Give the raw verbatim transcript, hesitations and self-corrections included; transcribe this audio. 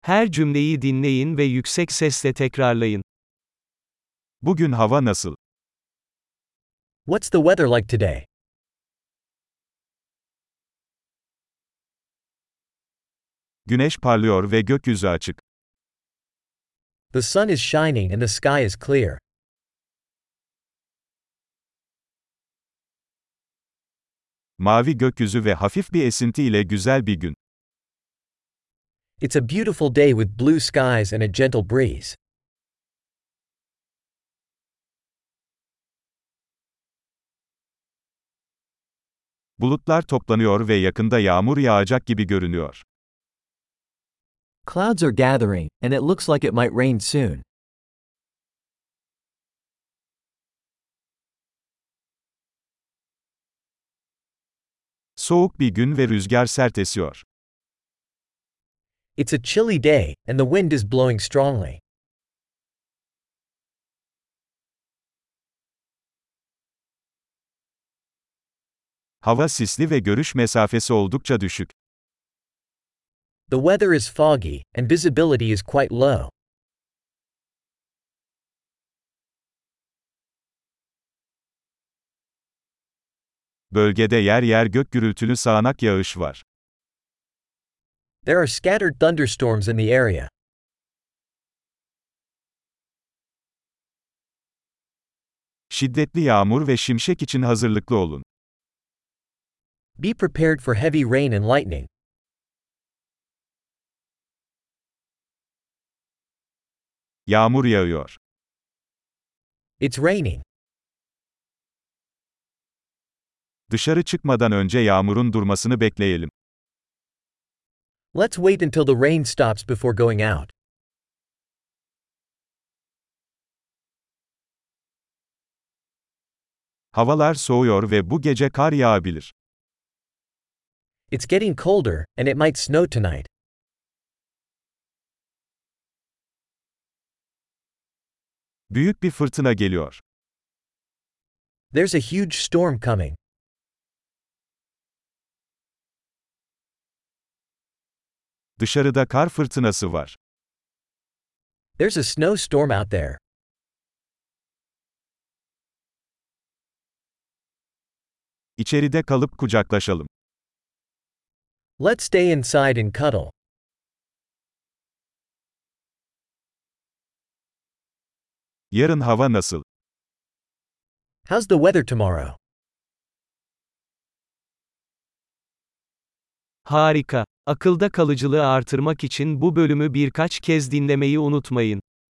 Her cümleyi dinleyin ve yüksek sesle tekrarlayın. Bugün hava nasıl? What's the weather like today? Güneş parlıyor ve gökyüzü açık. The sun is shining and the sky is clear. Mavi gökyüzü ve hafif bir esinti ile güzel bir gün. It's a beautiful day with blue skies and a gentle breeze. Bulutlar toplanıyor ve yakında yağmur yağacak gibi görünüyor. Clouds are gathering, and it looks like it might rain soon. Soğuk bir gün ve rüzgar sert esiyor. It's a chilly day, and the wind is blowing strongly. Hava sisli ve görüş mesafesi oldukça düşük. The weather is foggy, and visibility is quite low. Bölgede yer yer gök gürültülü sağanak yağış var. There are scattered thunderstorms in the area. Şiddetli yağmur ve şimşek için hazırlıklı olun. Be prepared for heavy rain and lightning. Yağmur yağıyor. It's raining. Dışarı çıkmadan önce yağmurun durmasını bekleyelim. Let's wait until the rain stops before going out. Havalar soğuyor ve bu gece kar yağabilir. It's getting colder, and it might snow tonight. Büyük bir fırtına geliyor. There's a huge storm coming. Dışarıda kar fırtınası var. There's a snowstorm out there. İçeride kalıp kucaklaşalım. Let's stay inside and cuddle. Yarın hava nasıl? How's the weather tomorrow? Harika. Akılda kalıcılığı artırmak için bu bölümü birkaç kez dinlemeyi unutmayın.